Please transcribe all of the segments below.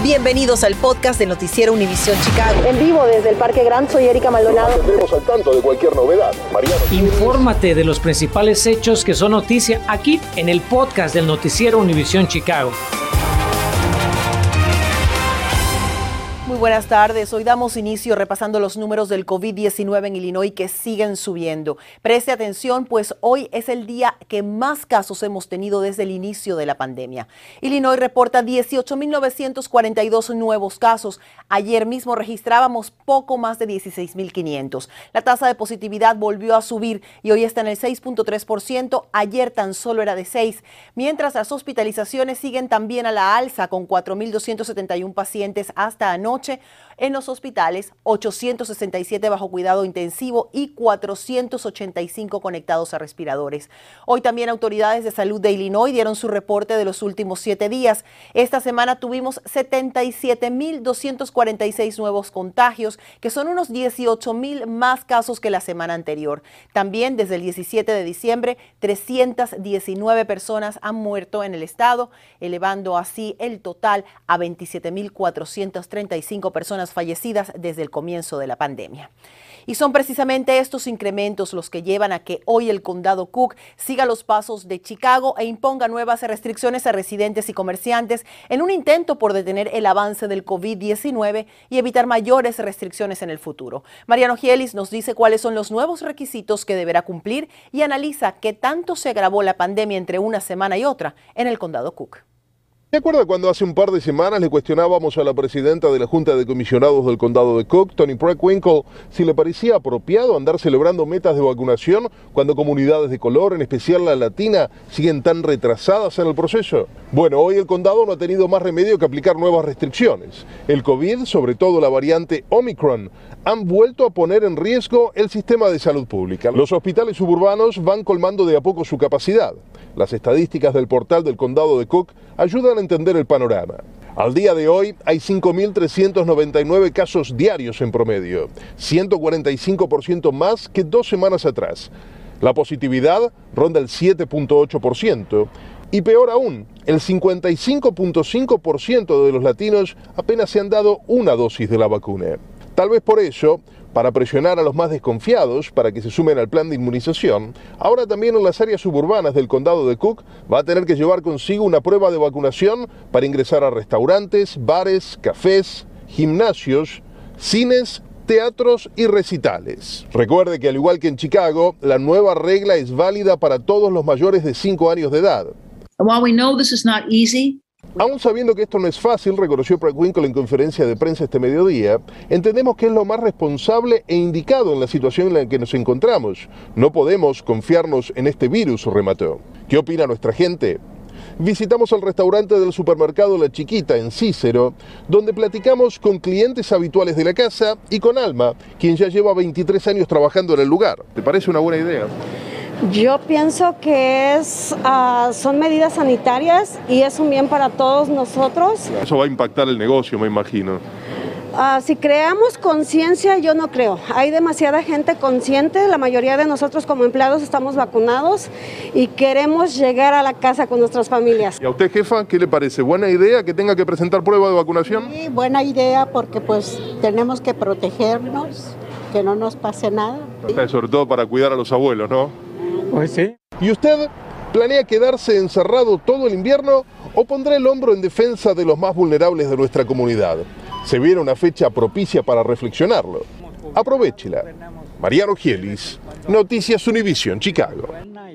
Bienvenidos al podcast del Noticiero Univisión Chicago. En vivo desde el Parque Grant, soy Erika Maldonado. Nos mantendremos al tanto de cualquier novedad. Mariano. Infórmate de los principales hechos que son noticia aquí en el podcast del Noticiero Univisión Chicago. Muy buenas tardes. Hoy damos inicio repasando los números del COVID-19 en Illinois que siguen subiendo. Preste atención, pues hoy es el día que más casos hemos tenido desde el inicio de la pandemia. Illinois reporta 18.942 nuevos casos. Ayer mismo registrábamos poco más de 16.500. La tasa de positividad volvió a subir y hoy está en el 6.3%. Ayer tan solo era de 6. Mientras las hospitalizaciones siguen también a la alza con 4.271 pacientes hasta anoche. En los hospitales, 867 bajo cuidado intensivo y 485 conectados a respiradores. Hoy también autoridades de salud de Illinois dieron su reporte de los últimos 7 días. Esta semana tuvimos 77.246 nuevos contagios, que son unos 18.000 más casos que la semana anterior. También desde el 17 de diciembre, 319 personas han muerto en el estado, elevando así el total a 27.435 personas fallecidas desde el comienzo de la pandemia. Y son precisamente estos incrementos los que llevan a que hoy el condado Cook siga los pasos de Chicago e imponga nuevas restricciones a residentes y comerciantes en un intento por detener el avance del COVID-19 y evitar mayores restricciones en el futuro. Mariano Gielis nos dice cuáles son los nuevos requisitos que deberá cumplir y analiza qué tanto se agravó la pandemia entre una semana y otra en el condado Cook. ¿Se acuerda cuando hace un par de semanas le cuestionábamos a la presidenta de la Junta de Comisionados del Condado de Cook, Toni Preckwinkle, si le parecía apropiado andar celebrando metas de vacunación cuando comunidades de color, en especial la latina, siguen tan retrasadas en el proceso? Bueno, hoy el condado no ha tenido más remedio que aplicar nuevas restricciones. El COVID, sobre todo la variante Omicron, han vuelto a poner en riesgo el sistema de salud pública. Los hospitales suburbanos van colmando de a poco su capacidad. Las estadísticas del portal del condado de Cook ayudan a entender el panorama. Al día de hoy hay 5.399 casos diarios en promedio, 145% más que 2 semanas atrás. La positividad ronda el 7.8%. Y peor aún, el 55.5% de los latinos apenas se han dado una dosis de la vacuna. Tal vez por eso, para presionar a los más desconfiados para que se sumen al plan de inmunización, ahora también en las áreas suburbanas del condado de Cook va a tener que llevar consigo una prueba de vacunación para ingresar a restaurantes, bares, cafés, gimnasios, cines, teatros y recitales. Recuerde que al igual que en Chicago, la nueva regla es válida para todos los mayores de 5 años de edad. While we know this is not easy, aún sabiendo que esto no es fácil, reconoció Preckwinkle en conferencia de prensa este mediodía, entendemos que es lo más responsable e indicado en la situación en la que nos encontramos. No podemos confiarnos en este virus, remató. ¿Qué opina nuestra gente? Visitamos el restaurante del supermercado La Chiquita en Cícero, donde platicamos con clientes habituales de la casa y con Alma, quien ya lleva 23 años trabajando en el lugar. ¿Te parece una buena idea? Yo pienso que son medidas sanitarias y es un bien para todos nosotros. Eso va a impactar el negocio, me imagino. Si creamos conciencia, yo no creo. Hay demasiada gente consciente, la mayoría de nosotros como empleados estamos vacunados y queremos llegar a la casa con nuestras familias. ¿Y a usted, jefa, qué le parece? ¿Buena idea que tenga que presentar prueba de vacunación? Sí, buena idea porque pues tenemos que protegernos, que no nos pase nada. Sobre todo para cuidar a los abuelos, ¿no? Pues sí. ¿Y usted planea quedarse encerrado todo el invierno o pondrá el hombro en defensa de los más vulnerables de nuestra comunidad? Se viene una fecha propicia para reflexionarlo. Aprovéchela. Mariano Gielis, Noticias Univisión, Chicago.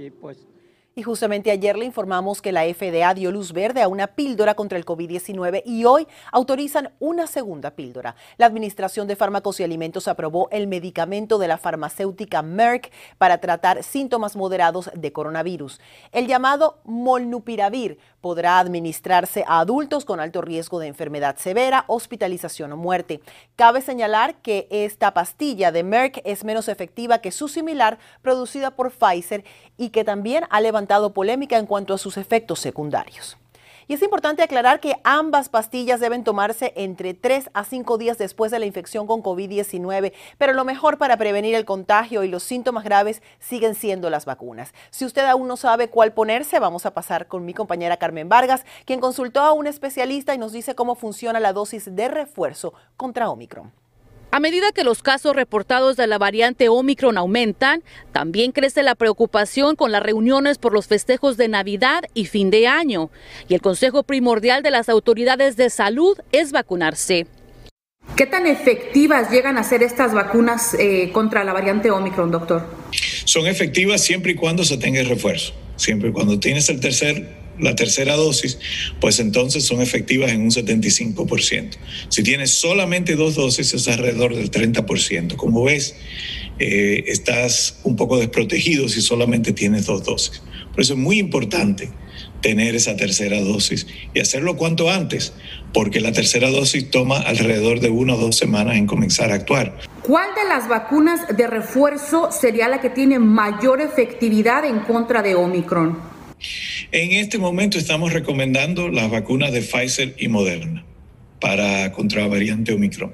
Y justamente ayer le informamos que la FDA dio luz verde a una píldora contra el COVID-19 y hoy autorizan una segunda píldora. La Administración de Fármacos y Alimentos aprobó el medicamento de la farmacéutica Merck para tratar síntomas moderados de coronavirus. El llamado Molnupiravir podrá administrarse a adultos con alto riesgo de enfermedad severa, hospitalización o muerte. Cabe señalar que esta pastilla de Merck es menos efectiva que su similar producida por Pfizer y que también ha levantado polémica en cuanto a sus efectos secundarios. Y es importante aclarar que ambas pastillas deben tomarse entre 3 a 5 días después de la infección con COVID-19, pero lo mejor para prevenir el contagio y los síntomas graves siguen siendo las vacunas. Si usted aún no sabe cuál ponerse, vamos a pasar con mi compañera Carmen Vargas, quien consultó a un especialista y nos dice cómo funciona la dosis de refuerzo contra Omicron. A medida que los casos reportados de la variante Omicron aumentan, también crece la preocupación con las reuniones por los festejos de Navidad y fin de año. Y el consejo primordial de las autoridades de salud es vacunarse. ¿Qué tan efectivas llegan a ser estas vacunas contra la variante Omicron, doctor? Son efectivas siempre y cuando se tenga el refuerzo. Siempre y cuando tienes la tercera dosis, pues entonces son efectivas en un 75%. Si tienes solamente 2 dosis, es alrededor del 30%. Como ves, estás un poco desprotegido si solamente tienes 2 dosis. Por eso es muy importante tener esa tercera dosis y hacerlo cuanto antes, porque la tercera dosis toma alrededor de 1 o 2 semanas en comenzar a actuar. ¿Cuál de las vacunas de refuerzo sería la que tiene mayor efectividad en contra de Omicron? En este momento estamos recomendando las vacunas de Pfizer y Moderna contra la variante Omicron,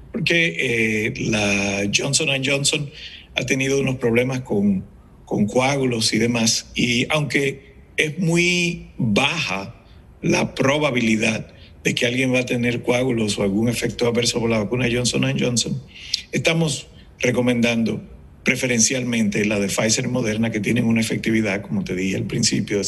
porque la Johnson & Johnson ha tenido unos problemas con coágulos y demás, y aunque es muy baja la probabilidad de que alguien va a tener coágulos o algún efecto adverso por la vacuna Johnson & Johnson, estamos recomendando preferencialmente la de Pfizer y Moderna, que tienen una efectividad, como te dije al principio, de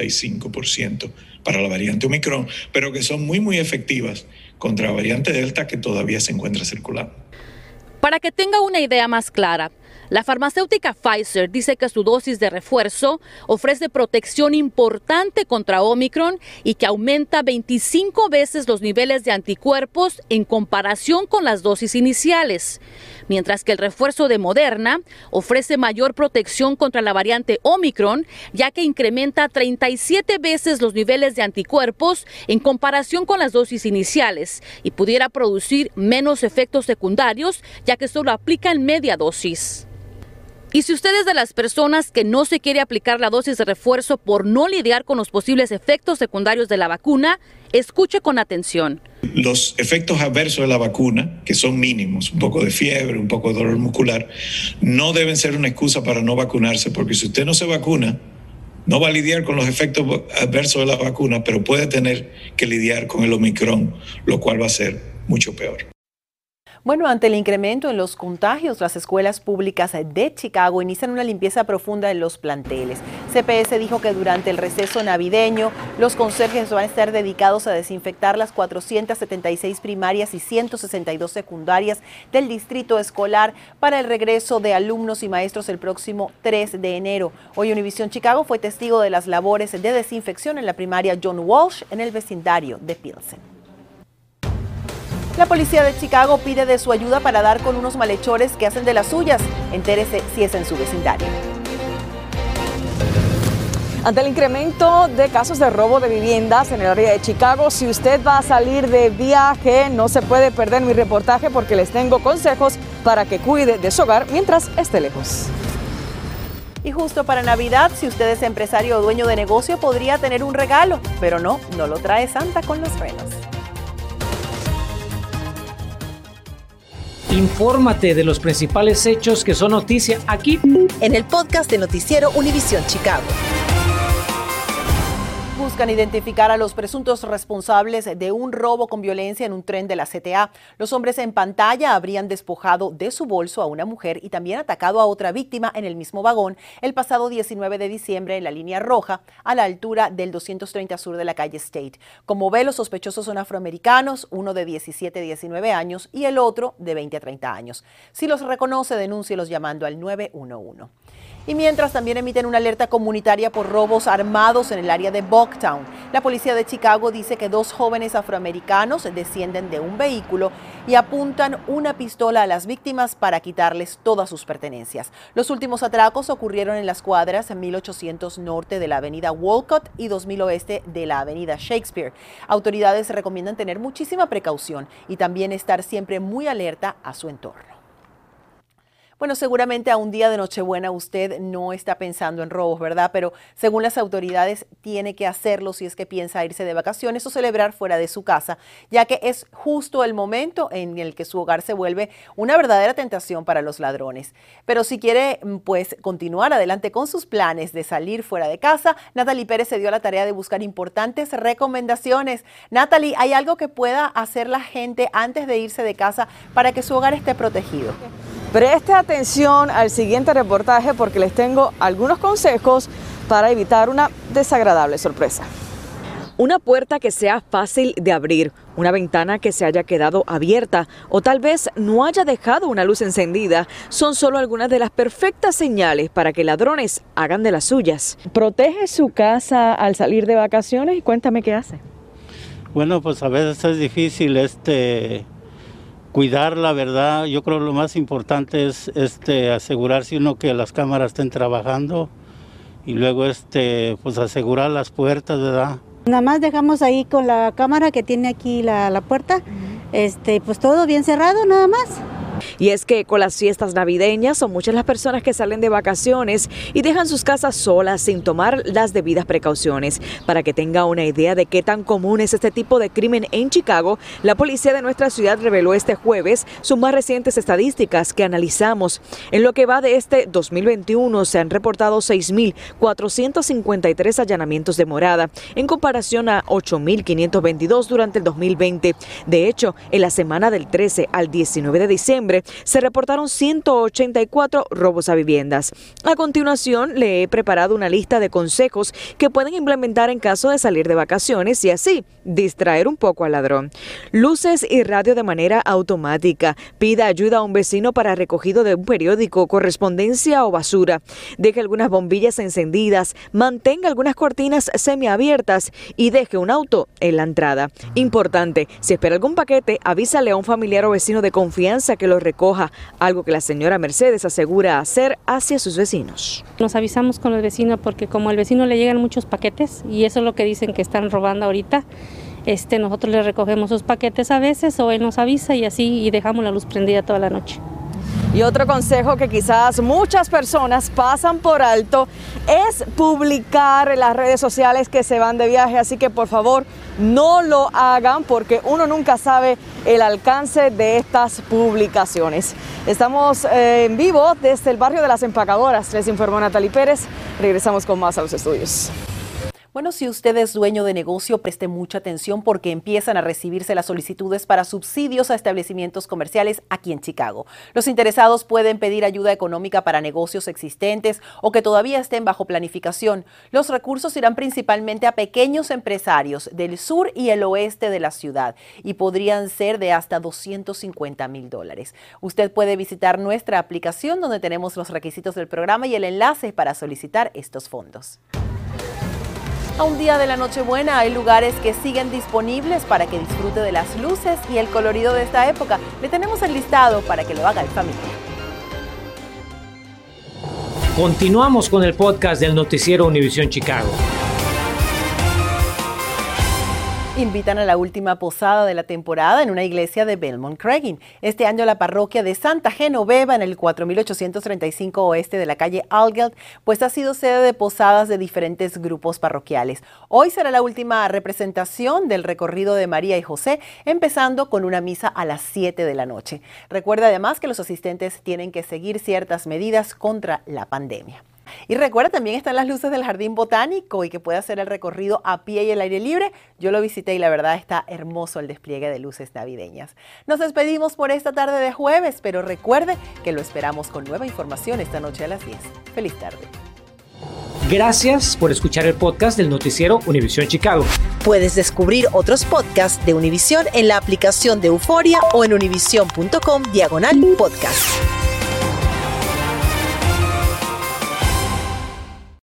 75% para la variante Omicron, pero que son muy, muy efectivas contra la variante Delta, que todavía se encuentra circulando. Para que tenga una idea más clara, la farmacéutica Pfizer dice que su dosis de refuerzo ofrece protección importante contra Omicron y que aumenta 25 veces los niveles de anticuerpos en comparación con las dosis iniciales, mientras que el refuerzo de Moderna ofrece mayor protección contra la variante Omicron, ya que incrementa 37 veces los niveles de anticuerpos en comparación con las dosis iniciales y pudiera producir menos efectos secundarios, ya que solo aplica en media dosis. Y si usted es de las personas que no se quiere aplicar la dosis de refuerzo por no lidiar con los posibles efectos secundarios de la vacuna, escuche con atención. Los efectos adversos de la vacuna, que son mínimos, un poco de fiebre, un poco de dolor muscular, no deben ser una excusa para no vacunarse, porque si usted no se vacuna, no va a lidiar con los efectos adversos de la vacuna, pero puede tener que lidiar con el Omicron, lo cual va a ser mucho peor. Bueno, ante el incremento en los contagios, las escuelas públicas de Chicago inician una limpieza profunda en los planteles. CPS dijo que durante el receso navideño, los conserjes van a estar dedicados a desinfectar las 476 primarias y 162 secundarias del distrito escolar para el regreso de alumnos y maestros el próximo 3 de enero. Hoy Univision Chicago fue testigo de las labores de desinfección en la primaria John Walsh en el vecindario de Pilsen. La policía de Chicago pide de su ayuda para dar con unos malhechores que hacen de las suyas. Entérese si es en su vecindario. Ante el incremento de casos de robo de viviendas en el área de Chicago, si usted va a salir de viaje, no se puede perder mi reportaje porque les tengo consejos para que cuide de su hogar mientras esté lejos. Y justo para Navidad, si usted es empresario o dueño de negocio, podría tener un regalo, pero no lo trae Santa con los renos. Infórmate de los principales hechos que son noticia aquí en el podcast de Noticiero Univision Chicago. Buscan identificar a los presuntos responsables de un robo con violencia en un tren de la CTA. Los hombres en pantalla habrían despojado de su bolso a una mujer y también atacado a otra víctima en el mismo vagón el pasado 19 de diciembre en la línea roja a la altura del 230 sur de la calle State. Como ve, los sospechosos son afroamericanos, uno de 17 a 19 años y el otro de 20 a 30 años. Si los reconoce, denúncielos llamando al 911. Y mientras también emiten una alerta comunitaria por robos armados en el área de Bucktown. La policía de Chicago dice que 2 jóvenes afroamericanos descienden de un vehículo y apuntan una pistola a las víctimas para quitarles todas sus pertenencias. Los últimos atracos ocurrieron en las cuadras 1800 norte de la avenida Walcott y 2000 oeste de la avenida Shakespeare. Autoridades recomiendan tener muchísima precaución y también estar siempre muy alerta a su entorno. Bueno, seguramente a un día de Nochebuena usted no está pensando en robos, ¿verdad? Pero según las autoridades tiene que hacerlo si es que piensa irse de vacaciones o celebrar fuera de su casa, ya que es justo el momento en el que su hogar se vuelve una verdadera tentación para los ladrones. Pero si quiere pues continuar adelante con sus planes de salir fuera de casa, Natalie Pérez se dio a la tarea de buscar importantes recomendaciones. Natalie, ¿hay algo que pueda hacer la gente antes de irse de casa para que su hogar esté protegido? Preste atención al siguiente reportaje porque les tengo algunos consejos para evitar una desagradable sorpresa. Una puerta que sea fácil de abrir, una ventana que se haya quedado abierta o tal vez no haya dejado una luz encendida son solo algunas de las perfectas señales para que ladrones hagan de las suyas. ¿Protege su casa al salir de vacaciones? Y cuéntame qué hace. Bueno, pues a veces es difícil cuidar la verdad. Yo creo que lo más importante es asegurarse uno que las cámaras estén trabajando y luego pues asegurar las puertas, ¿verdad? Nada más dejamos ahí con la cámara que tiene aquí la puerta, pues todo bien cerrado nada más. Y es que con las fiestas navideñas son muchas las personas que salen de vacaciones y dejan sus casas solas sin tomar las debidas precauciones. Para que tenga una idea de qué tan común es este tipo de crimen en Chicago, la policía de nuestra ciudad reveló este jueves sus más recientes estadísticas que analizamos. En lo que va de 2021 se han reportado 6.453 allanamientos de morada, en comparación a 8.522 durante el 2020. De hecho, en la semana del 13 al 19 de diciembre, se reportaron 184 robos a viviendas. A continuación, le he preparado una lista de consejos que pueden implementar en caso de salir de vacaciones y así distraer un poco al ladrón. Luces y radio de manera automática. Pida ayuda a un vecino para recogido de un periódico, correspondencia o basura. Deje algunas bombillas encendidas, mantenga algunas cortinas semiabiertas y deje un auto en la entrada. Importante, si espera algún paquete, avísale a un familiar o vecino de confianza que lo recoja, algo que la señora Mercedes asegura hacer hacia sus vecinos. Nos avisamos con el vecino porque como al vecino le llegan muchos paquetes y eso es lo que dicen que están robando ahorita, nosotros le recogemos sus paquetes a veces o él nos avisa y así y dejamos la luz prendida toda la noche. Y otro consejo que quizás muchas personas pasan por alto es publicar en las redes sociales que se van de viaje, así que por favor no lo hagan porque uno nunca sabe el alcance de estas publicaciones. Estamos en vivo desde el barrio de las Empacadoras, les informó Natalie Pérez. Regresamos con más a los estudios. Bueno, si usted es dueño de negocio, preste mucha atención porque empiezan a recibirse las solicitudes para subsidios a establecimientos comerciales aquí en Chicago. Los interesados pueden pedir ayuda económica para negocios existentes o que todavía estén bajo planificación. Los recursos irán principalmente a pequeños empresarios del sur y el oeste de la ciudad y podrían ser de hasta $250,000. Usted puede visitar nuestra aplicación donde tenemos los requisitos del programa y el enlace para solicitar estos fondos. A un día de la Nochebuena hay lugares que siguen disponibles para que disfrute de las luces y el colorido de esta época. Le tenemos el listado para que lo haga en familia. Continuamos con el podcast del noticiero Univisión Chicago. Invitan a la última posada de la temporada en una iglesia de Belmont Craiging. Este año la parroquia de Santa Genoveva en el 4835 oeste de la calle Algeld, pues ha sido sede de posadas de diferentes grupos parroquiales. Hoy será la última representación del recorrido de María y José, empezando con una misa a las 7 de la noche. Recuerda además que los asistentes tienen que seguir ciertas medidas contra la pandemia. Y recuerda, también están las luces del Jardín Botánico y que puede hacer el recorrido a pie y al aire libre. Yo lo visité y la verdad está hermoso el despliegue de luces navideñas. Nos despedimos por esta tarde de jueves, pero recuerde que lo esperamos con nueva información esta noche a las 10. Feliz tarde. Gracias por escuchar el podcast del noticiero Univisión Chicago. Puedes descubrir otros podcasts de Univisión en la aplicación de Euforia o en univision.com/podcast.